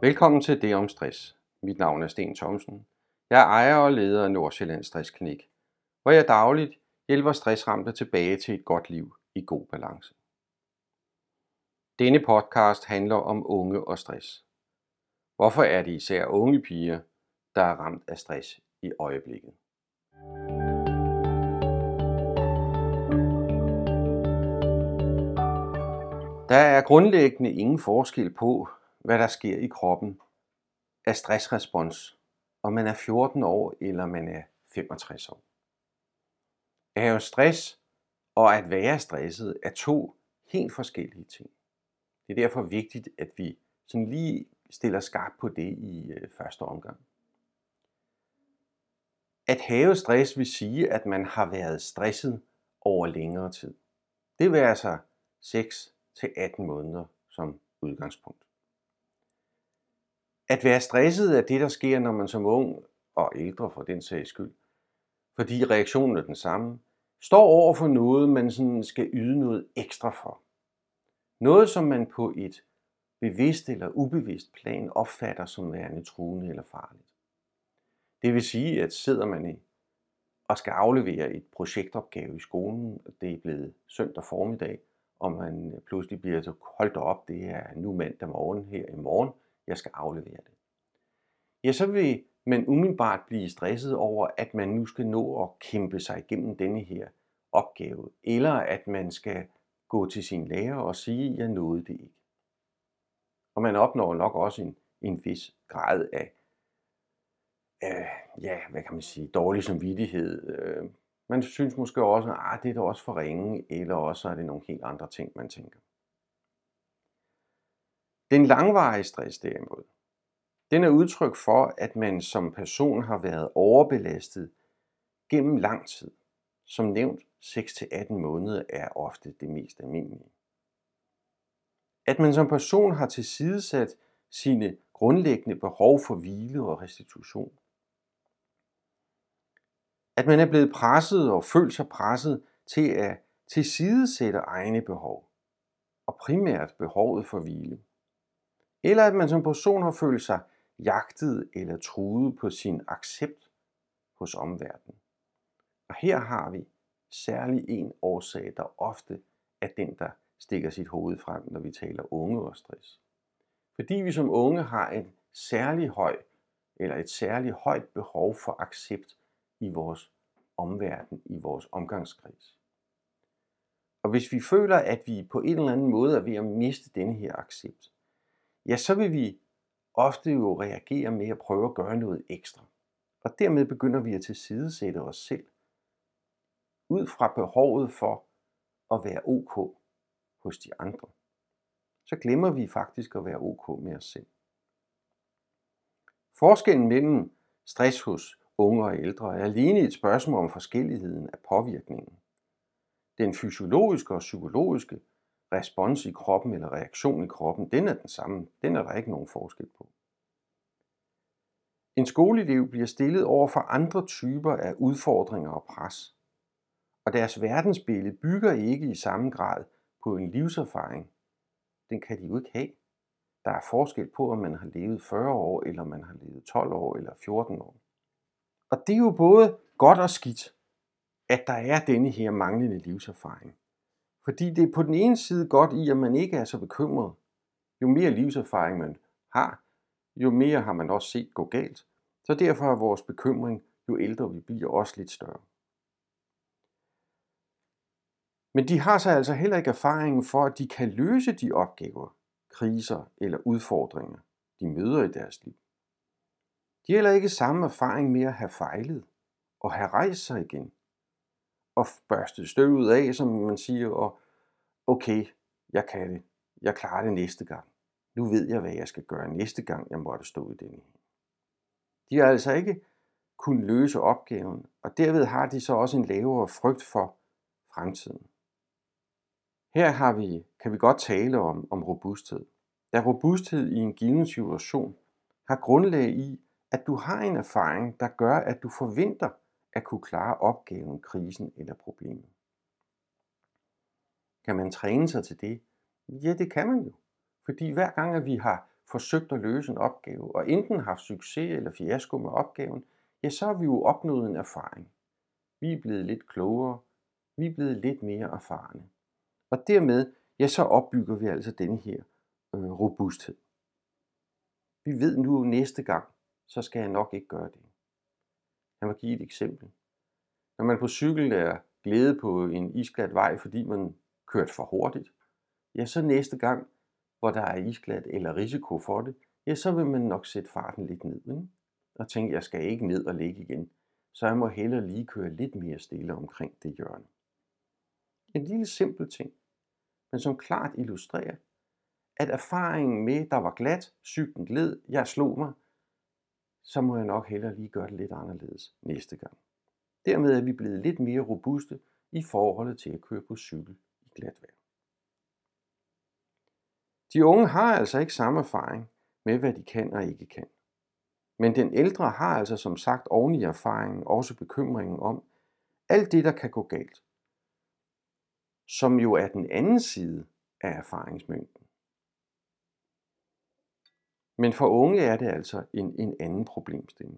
Velkommen til Det om stress. Mit navn er Sten Thomsen. Jeg er ejer og leder af Nordsjællands Stressklinik, hvor jeg dagligt hjælper stressramte tilbage til et godt liv i god balance. Denne podcast handler om unge og stress. Hvorfor er det især unge piger, der er ramt af stress i øjeblikket? Der er grundlæggende ingen forskel på, hvad der sker i kroppen af stressrespons, om man er 14 år eller man er 65 år. At have stress og at være stresset er to helt forskellige ting. Det er derfor vigtigt, at vi sådan lige stiller skarpt på det i første omgang. At have stress vil sige, at man har været stresset over længere tid. Det vil altså 6 til 18 måneder som udgangspunkt. At være stresset er det, der sker, når man som ung og ældre for den sags skyld, fordi reaktionen er den samme, står over for noget, man sådan skal yde noget ekstra for. Noget, som man på et bevidst eller ubevidst plan opfatter som værende truende eller farligt. Det vil sige, at sidder man og skal aflevere et projektopgave i skolen, og det er blevet søndag formiddag, og man pludselig bliver så holdt op, det er nu mandag morgen her i morgen, jeg skal aflevere det. Ja, så vil man umiddelbart blive stresset over, at man nu skal nå at kæmpe sig igennem denne her opgave, eller at man skal gå til sin lærer og sige, at jeg nåede det ikke. Og man opnår nok også en vis grad af dårlig samvittighed. Man synes måske også, at det er da også for ringe, eller også er det nogle helt andre ting, man tænker. Den langvarige stress derimod, den er udtryk for, at man som person har været overbelastet gennem lang tid. Som nævnt, 6-18 måneder er ofte det mest almindelige. At man som person har tilsidesat sine grundlæggende behov for hvile og restitution. At man er blevet presset og følt sig presset til at tilsidesætte egne behov, og primært behovet for hvile. Eller at man som person har følt sig jagtet eller truet på sin accept hos omverdenen. Og her har vi særlig en årsag, der ofte er den, der stikker sit hoved frem, når vi taler unge og stress. Fordi vi som unge har et særlig højt behov for accept i vores omverden, i vores omgangskreds. Og hvis vi føler, at vi på en eller anden måde er ved at miste denne her accept, ja, så vil vi ofte jo reagere med at prøve at gøre noget ekstra. Og dermed begynder vi at tilsidesætte os selv ud fra behovet for at være ok hos de andre. Så glemmer vi faktisk at være ok med os selv. Forskellen mellem stress hos unge og ældre er alene et spørgsmål om forskelligheden af påvirkningen. Den fysiologiske og psykologiske respons i kroppen eller reaktion i kroppen, den er den samme. Den er der ikke nogen forskel på. En skoleelev bliver stillet over for andre typer af udfordringer og pres, og deres verdensbillede bygger ikke i samme grad på en livserfaring. Den kan de jo ikke have. Der er forskel på, om man har levet 40 år, eller man har levet 12 år eller 14 år. Og det er jo både godt og skidt, at der er denne her manglende livserfaring. Fordi det er på den ene side godt i, at man ikke er så bekymret. Jo mere livserfaring man har, jo mere har man også set gå galt. Så derfor er vores bekymring, jo ældre vi bliver, også lidt større. Men de har så altså heller ikke erfaringen for, at de kan løse de opgaver, kriser eller udfordringer, de møder i deres liv. De har heller ikke samme erfaring med at have fejlet og have rejst sig igen. Og børste støvet af, som man siger, og okay, jeg kan det. Jeg klarer det næste gang. Nu ved jeg, hvad jeg skal gøre næste gang, jeg måtte stå i denne. De har altså ikke kunnet løse opgaven, og derved har de så også en lavere frygt for fremtiden. Her kan vi godt tale om robusthed. Da robusthed i en given situation har grundlag i, at du har en erfaring, der gør, at du forventer at kunne klare opgaven, krisen eller problemet. Kan man træne sig til det? Ja, det kan man jo. Fordi hver gang, at vi har forsøgt at løse en opgave, og enten haft succes eller fiasko med opgaven, ja, så har vi jo opnået en erfaring. Vi er blevet lidt klogere, vi er blevet lidt mere erfarne. Og dermed, ja, så opbygger vi altså denne her robusthed. Vi ved nu næste gang, så skal jeg nok ikke gøre det. Jeg må give et eksempel. Når man på cykel er glæde på en isglat vej, fordi man kørt for hurtigt, ja, så næste gang, hvor der er isglat eller risiko for det, ja, så vil man nok sætte farten lidt ned, ikke? Og tænke, jeg skal ikke ned og ligge igen, så jeg må hellere lige køre lidt mere stille omkring det hjørne. En lille simpel ting, men som klart illustrerer, at erfaringen med, der var glat, cyklen gled, jeg slog mig, så må jeg nok hellere lige gøre det lidt anderledes næste gang. Dermed er vi blevet lidt mere robuste i forholdet til at køre på cykel i glat vejr. De unge har altså ikke samme erfaring med, hvad de kan og ikke kan. Men den ældre har altså som sagt oven i erfaringen også bekymringen om alt det, der kan gå galt, som jo er den anden side af erfaringsmængden. Men for unge er det altså en anden problemstilling.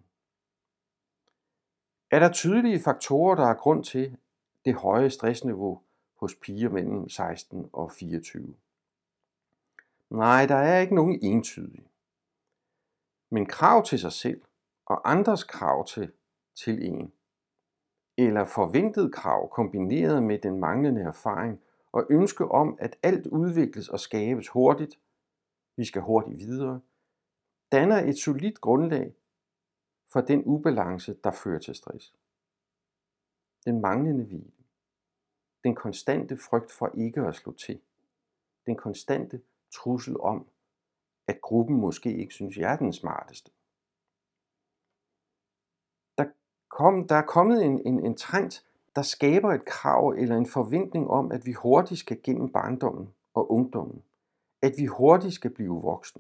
Er der tydelige faktorer, der er grund til det høje stressniveau hos piger mellem 16 og 24? Nej, der er ikke nogen entydige. Men krav til sig selv og andres krav til en, eller forventet krav kombineret med den manglende erfaring og ønske om, at alt udvikles og skabes hurtigt, vi skal hurtigt videre, danner et solidt grundlag for den ubalance, der fører til stress. Den manglende hvile, den konstante frygt for ikke at slå til, den konstante trussel om, at gruppen måske ikke synes, jeg er den smarteste. Der er kommet en trend, der skaber et krav eller en forventning om, at vi hurtigt skal gennem barndommen og ungdommen. At vi hurtigt skal blive voksne.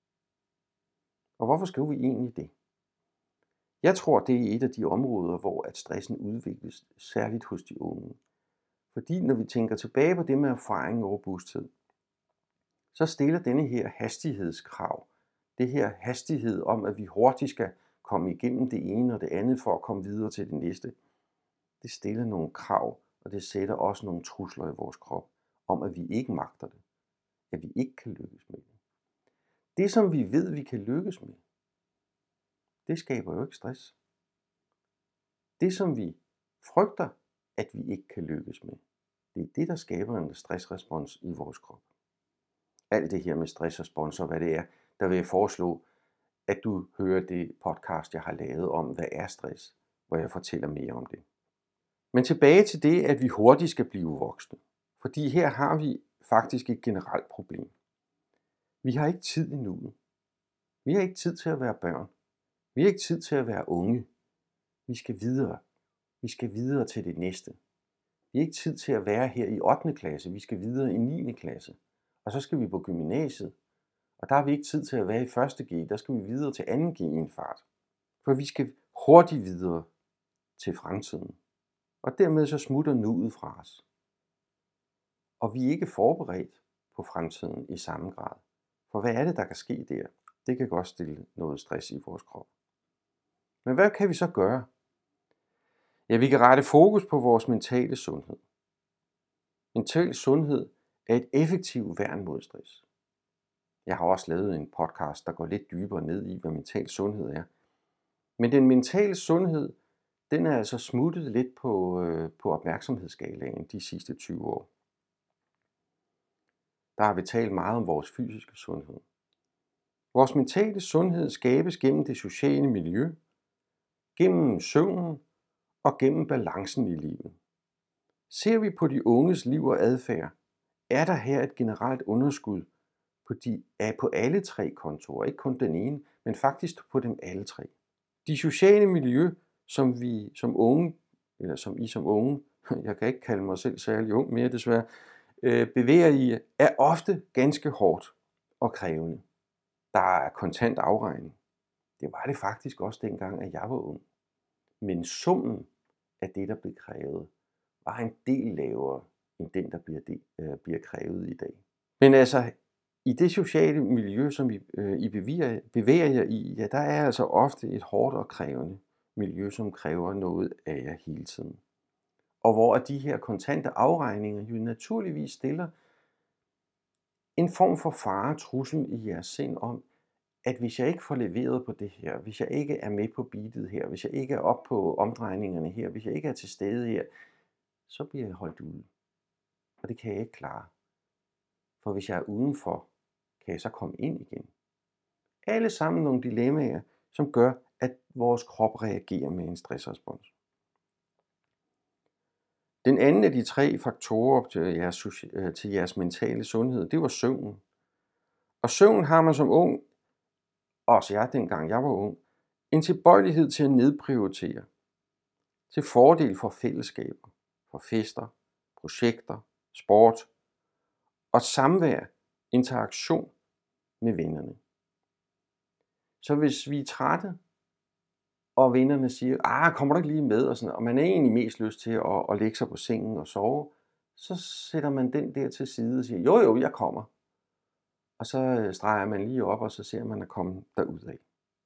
Og hvorfor skal vi egentlig det? Jeg tror, det er et af de områder, hvor at stressen udvikles, særligt hos de unge. Fordi når vi tænker tilbage på det med erfaring og robusthed, så stiller denne her hastighedskrav, det her hastighed om, at vi hurtigt skal komme igennem det ene og det andet for at komme videre til det næste, det stiller nogle krav, og det sætter også nogle trusler i vores krop, om at vi ikke magter det, at vi ikke kan lykkes med det. Det, som vi ved, vi kan lykkes med, det skaber jo ikke stress. Det, som vi frygter, at vi ikke kan lykkes med, det er det, der skaber en stressrespons i vores krop. Alt det her med stressrespons og hvad det er, der vil jeg foreslå, at du hører det podcast, jeg har lavet om, hvad er stress, hvor jeg fortæller mere om det. Men tilbage til det, at vi hurtigt skal blive voksne. Fordi her har vi faktisk et generelt problem. Vi har ikke tid i nuet. Vi har ikke tid til at være børn. Vi har ikke tid til at være unge. Vi skal videre. Vi skal videre til det næste. Vi har ikke tid til at være her i 8. klasse. Vi skal videre i 9. klasse. Og så skal vi på gymnasiet. Og der har vi ikke tid til at være i 1. G. Der skal vi videre til 2. G i en fart. For vi skal hurtigt videre til fremtiden. Og dermed så smutter nuet fra os. Og vi er ikke forberedt på fremtiden i samme grad. For hvad er det, der kan ske der? Det kan godt stille noget stress i vores krop. Men hvad kan vi så gøre? Ja, vi kan rette fokus på vores mentale sundhed. Mental sundhed er et effektivt værn mod stress. Jeg har også lavet en podcast, der går lidt dybere ned i, hvad mental sundhed er. Men den mentale sundhed, den er altså smuttet lidt på opmærksomhedsskalaen de sidste 20 år. Der har vi talt meget om vores fysiske sundhed. Vores mentale sundhed skabes gennem det sociale miljø, gennem søvnen og gennem balancen i livet. Ser vi på de unges liv og adfærd, er der her et generelt underskud på alle 3 kontorer. Ikke kun den ene, men faktisk på dem alle 3. De sociale miljø, som vi som unge, eller som I som unge, jeg kan ikke kalde mig selv særlig ung mere desværre, bevæger i, er ofte ganske hårdt og krævende. Der er kontant afregning. Det var det faktisk også dengang, at jeg var ung. Men summen af det, der blev krævet, var en del lavere end den, der bliver krævet i dag. Men altså, i det sociale miljø, som I bevæger jer i, ja, der er altså ofte et hårdt og krævende miljø, som kræver noget af jer hele tiden. Og hvor de her kontante afregninger jo naturligvis stiller en form for fare-trussel i jeres sind om, at hvis jeg ikke får leveret på det her, hvis jeg ikke er med på beatet her, hvis jeg ikke er oppe på omdrejningerne her, hvis jeg ikke er til stede her, så bliver jeg holdt ude. Og det kan jeg ikke klare. For hvis jeg er udenfor, kan jeg så komme ind igen. Alle sammen nogle dilemmaer, som gør, at vores krop reagerer med en stressrespons. Den anden af de 3 faktorer til jeres mentale sundhed, det var søvnen. Og søvn har man som ung, også jeg dengang jeg var ung, en tilbøjelighed til at nedprioritere. Til fordel for fællesskaber, for fester, projekter, sport og samvær, interaktion med vennerne. Så hvis vi er trætte, og vennerne siger, kommer du ikke lige med, og man er egentlig mest lyst til at lægge sig på sengen og sove, så sætter man den der til side og siger, jo, jeg kommer. Og så streger man lige op, og så ser man at komme derudad.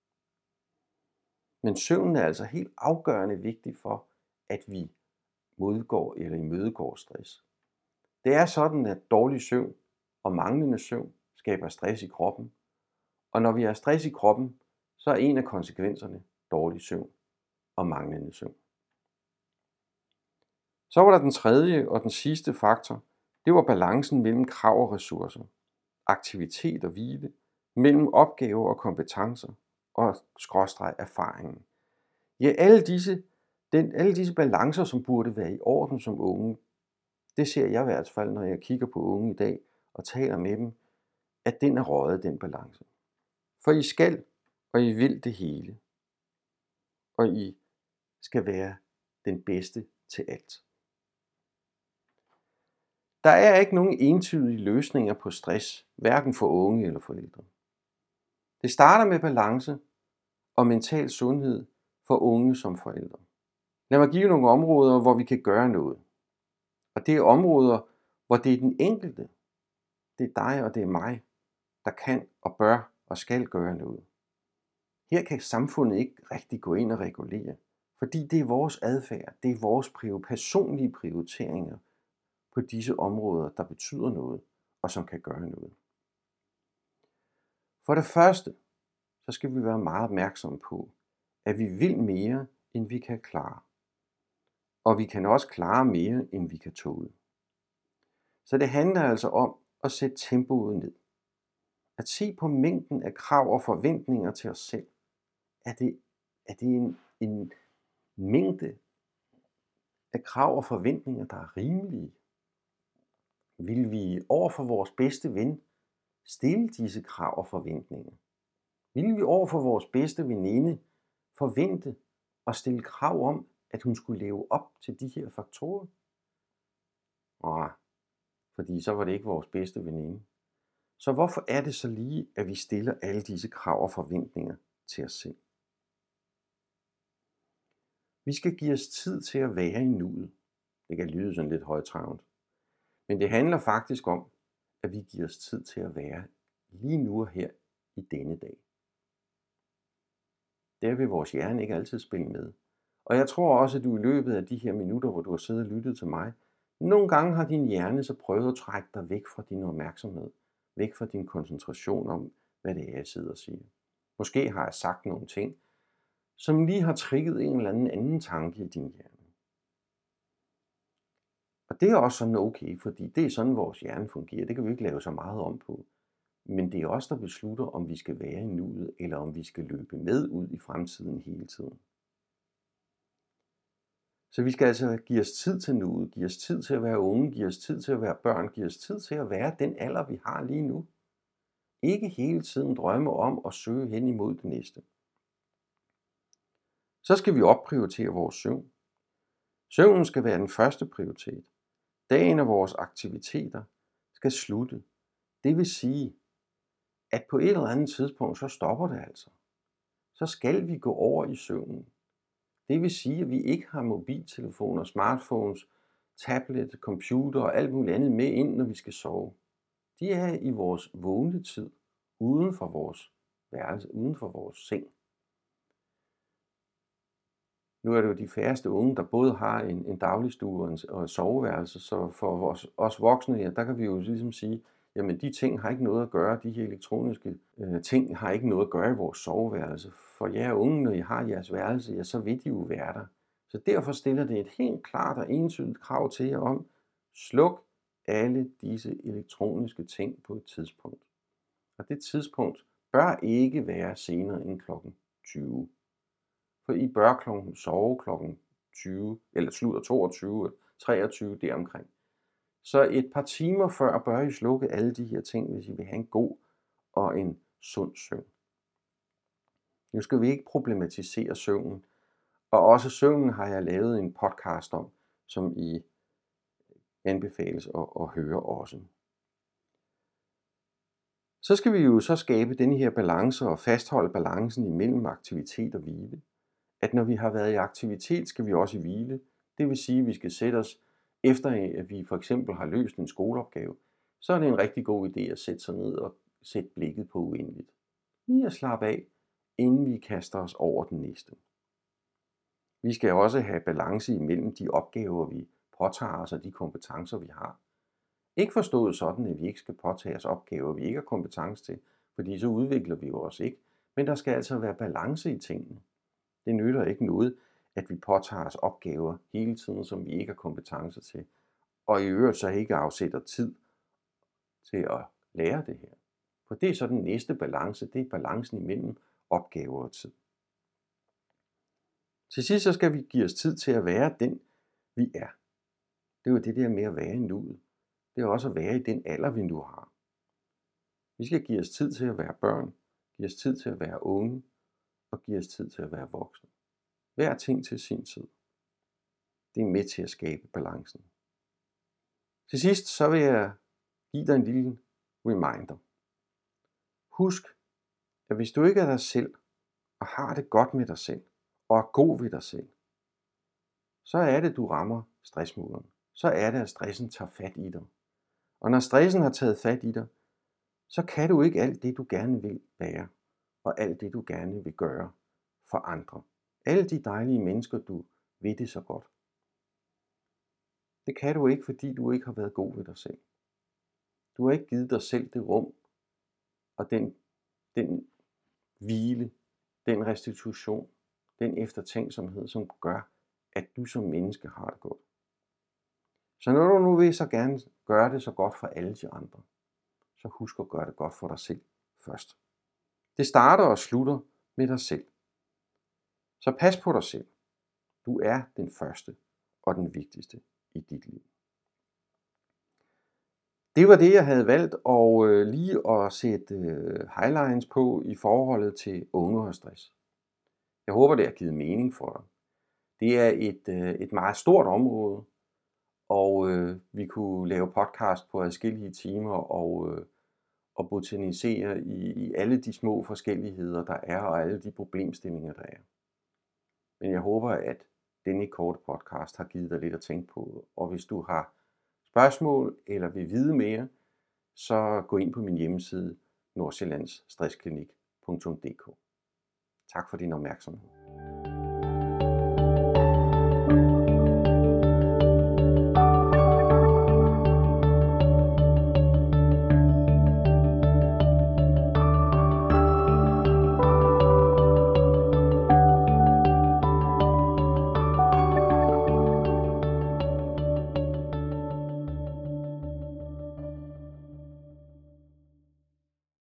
Men søvnen er altså helt afgørende vigtig for, at vi modgår eller imødegår stress. Det er sådan, at dårlig søvn og manglende søvn skaber stress i kroppen. Og når vi har stress i kroppen, så er en af konsekvenserne dårlig søvn og manglende søvn. Så var der den tredje og den sidste faktor. Det var balancen mellem krav og ressourcer, aktivitet og hvile, mellem opgaver og kompetencer og erfaringen. Ja, alle disse balancer, som burde være i orden som unge, det ser jeg i hvert fald, når jeg kigger på unge i dag og taler med dem, at den er røget, den balance. For I skal, og I vil det hele. Og I skal være den bedste til alt. Der er ikke nogen entydige løsninger på stress, hverken for unge eller forældre. Det starter med balance og mental sundhed for unge som forældre. Lad mig give nogle områder, hvor vi kan gøre noget. Og det er områder, hvor det er den enkelte, det er dig og det er mig, der kan og bør og skal gøre noget. Her kan samfundet ikke rigtig gå ind og regulere, fordi det er vores adfærd, det er vores personlige prioriteringer på disse områder, der betyder noget og som kan gøre noget. For det første, så skal vi være meget opmærksomme på, at vi vil mere, end vi kan klare. Og vi kan også klare mere, end vi kan tåle. Så det handler altså om at sætte tempoet ned. At se på mængden af krav og forventninger til os selv. Er det en mængde af krav og forventninger, der er rimelige? Vil vi over for vores bedste ven stille disse krav og forventninger? Vil vi over for vores bedste veninde forvente og stille krav om, at hun skulle leve op til de her faktorer? Fordi så var det ikke vores bedste veninde. Så hvorfor er det så lige, at vi stiller alle disse krav og forventninger til os selv? Vi skal give os tid til at være i nuet. Det kan lyde sådan lidt højtravent. Men det handler faktisk om, at vi giver os tid til at være lige nu og her i denne dag. Der vil vores hjerne ikke altid spille med. Og jeg tror også, at du i løbet af de her minutter, hvor du har siddet og lyttet til mig, nogle gange har din hjerne så prøvet at trække dig væk fra din opmærksomhed, væk fra din koncentration om, hvad det er, jeg sidder og siger. Måske har jeg sagt nogle ting, som lige har trigget en eller anden tanke i din hjerne. Og det er også sådan okay, fordi det er sådan, vores hjerne fungerer. Det kan vi ikke lave så meget om på. Men det er os, der beslutter, om vi skal være i nuet, eller om vi skal løbe med ud i fremtiden hele tiden. Så vi skal altså give os tid til nuet, give os tid til at være unge, give os tid til at være børn, give os tid til at være den alder, vi har lige nu. Ikke hele tiden drømme om at søge hen imod det næste. Så skal vi opprioritere vores søvn. Søvnen skal være den første prioritet. Dagen og vores aktiviteter skal slutte. Det vil sige, at på et eller andet tidspunkt, så stopper det altså. Så skal vi gå over i søvnen. Det vil sige, at vi ikke har mobiltelefoner, smartphones, tablet, computer og alt muligt andet med ind, når vi skal sove. de er i vores vågne tid, uden for vores værelse, uden for vores seng. Nu er det jo de færreste unge, der både har en dagligstue og et soveværelse, så for os voksne her, der kan vi jo ligesom sige, jamen de ting har ikke noget at gøre, de her elektroniske ting har ikke noget at gøre i vores soveværelse. For jer unge, når I har jeres værelse, ja, så vil de jo være der. Så derfor stiller det et helt klart og entydigt krav til jer om, sluk alle disse elektroniske ting på et tidspunkt. Og det tidspunkt bør ikke være senere end klokken 20. For I bør sove klokken 20, eller slutter 22, 23 deromkring. Så et par timer før bør I slukke alle de her ting, hvis I vil have en god og en sund søvn. Nu skal vi ikke problematisere søvnen, og også søvnen har jeg lavet en podcast om, som I anbefales at høre også. Så skal vi jo så skabe denne her balance og fastholde balancen imellem aktivitet og hvile. At når vi har været i aktivitet, skal vi også i hvile. Det vil sige, at vi skal sætte os, efter at vi for eksempel har løst en skoleopgave, så er det en rigtig god idé at sætte sig ned og sætte blikket på uendeligt. Lige at slappe af, inden vi kaster os over den næste. Vi skal også have balance imellem de opgaver, vi påtager os, og de kompetencer, vi har. Ikke forstået sådan, at vi ikke skal påtage os opgaver, vi ikke har kompetence til, fordi så udvikler vi os ikke. Men der skal altså være balance i tingene. Det nytter ikke noget, at vi påtager os opgaver hele tiden, som vi ikke har kompetence til, og i øvrigt så ikke afsætter tid til at lære det her. For det er så den næste balance, det er balancen imellem opgaver og tid. Til sidst så skal vi give os tid til at være den, vi er. Det er jo det der med at være i nuet. Det er også at være i den alder, vi nu har. Vi skal give os tid til at være børn, give os tid til at være unge, og give os tid til at være voksne. Hver ting til sin tid. Det er med til at skabe balancen. Til sidst så vil jeg give dig en lille reminder. Husk, at hvis du ikke er dig selv, og har det godt med dig selv, og er god ved dig selv, så er det, du rammer stressmuren. Så er det, at stressen tager fat i dig. Og når stressen har taget fat i dig, så kan du ikke alt det, du gerne vil være, og alt det, du gerne vil gøre for andre. Alle de dejlige mennesker, du ved det så godt. Det kan du ikke, fordi du ikke har været god ved dig selv. Du har ikke givet dig selv det rum, og den hvile, den restitution, den eftertænksomhed, som gør, at du som menneske har det godt. Så når du nu vil så gerne gøre det så godt for alle de andre, så husk at gøre det godt for dig selv først. Det starter og slutter med dig selv. Så pas på dig selv. Du er den første og den vigtigste i dit liv. Det var det, jeg havde valgt lige at sætte highlights på i forholdet til unge og stress. Jeg håber, det har givet mening for dig. Det er et meget stort område, og vi kunne lave podcast på adskillige timer og botanisere i alle de små forskelligheder, der er, og alle de problemstillinger, der er. Men jeg håber, at denne korte podcast har givet dig lidt at tænke på, og hvis du har spørgsmål eller vil vide mere, så gå ind på min hjemmeside nordsjællandsstressklinik.dk. Tak for din opmærksomhed.